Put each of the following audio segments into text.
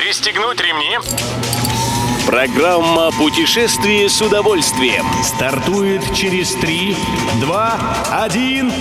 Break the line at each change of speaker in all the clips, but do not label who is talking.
Пристегнуть ремни.
Программа «Путешествие с удовольствием»
стартует через 3, 2, 1...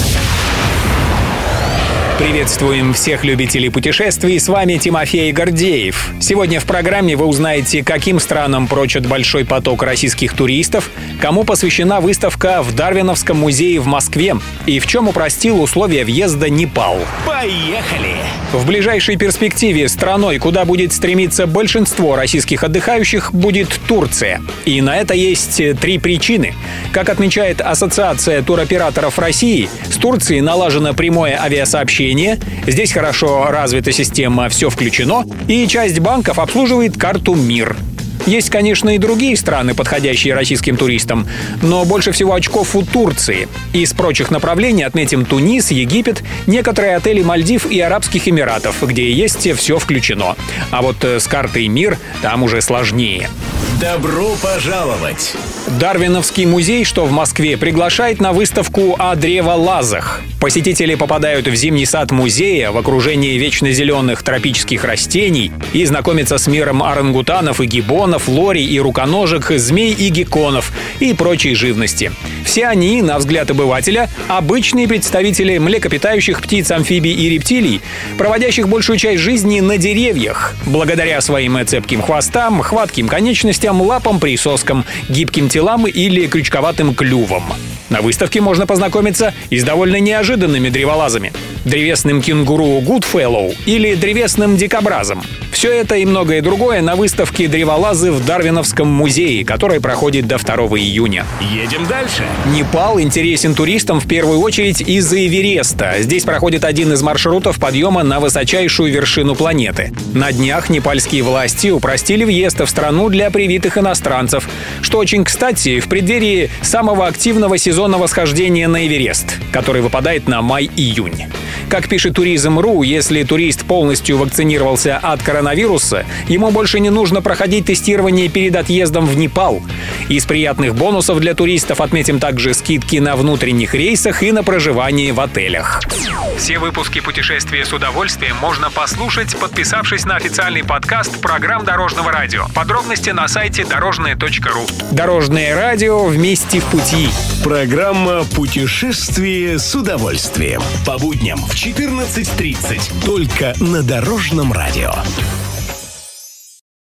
Приветствуем всех любителей путешествий, с вами Тимофей Гордеев. Сегодня в программе вы узнаете, каким странам прочат большой поток российских туристов, кому посвящена выставка в Дарвиновском музее в Москве и в чем упростил условия въезда Непал.
Поехали!
В ближайшей перспективе страной, куда будет стремиться большинство российских отдыхающих, будет Турция. И на это есть 3 причины. Как отмечает Ассоциация туроператоров России, с Турцией налажено прямое авиасообщение, здесь хорошо развита система «Все включено», и часть банков обслуживает карту «Мир». Есть, конечно, и другие страны, подходящие российским туристам, но больше всего очков у Турции. Из прочих направлений отметим Тунис, Египет, некоторые отели Мальдив и Арабских Эмиратов, где есть «Все включено». А вот с картой «Мир» там уже сложнее.
Добро пожаловать!
Дарвиновский музей, что в Москве, приглашает на выставку о древолазах. Посетители попадают в зимний сад музея в окружении вечно зеленых тропических растений и знакомятся с миром орангутанов и гиббонов, лори и руконожек, змей и гекконов и прочей живности. Все они, на взгляд обывателя, обычные представители млекопитающих, птиц, амфибий и рептилий, проводящих большую часть жизни на деревьях, благодаря своим цепким хвостам, хватким конечностям, лапам, присоскам, гибким телам или крючковатым клювам. На выставке можно познакомиться и с довольно неожиданными древолазами. Древесным кенгуру Гудфеллоу или древесным дикобразом. Все это и многое другое на выставке «Древолазы» в Дарвиновском музее, которая проходит до 2 июня.
Едем дальше.
Непал интересен туристам в первую очередь из-за Эвереста. Здесь проходит один из маршрутов подъема на высочайшую вершину планеты. На днях непальские власти упростили въезд в страну для привитых иностранцев, что очень кстати в преддверии самого активного сезона восхождения на Эверест, который выпадает на май-июнь. Как пишет Туризм.ру, если турист полностью вакцинировался от коронавируса, ему больше не нужно проходить тестирование перед отъездом в Непал. Из приятных бонусов для туристов отметим также скидки на внутренних рейсах и на проживание в отелях. Все выпуски «Путешествия с удовольствием» можно послушать, подписавшись на официальный подкаст программ Дорожного радио. Подробности на сайте дорожное.ру. Дорожное радио, вместе в пути.
Программа «Путешествие с удовольствием». По будням в 14:30. Только на Дорожном радио.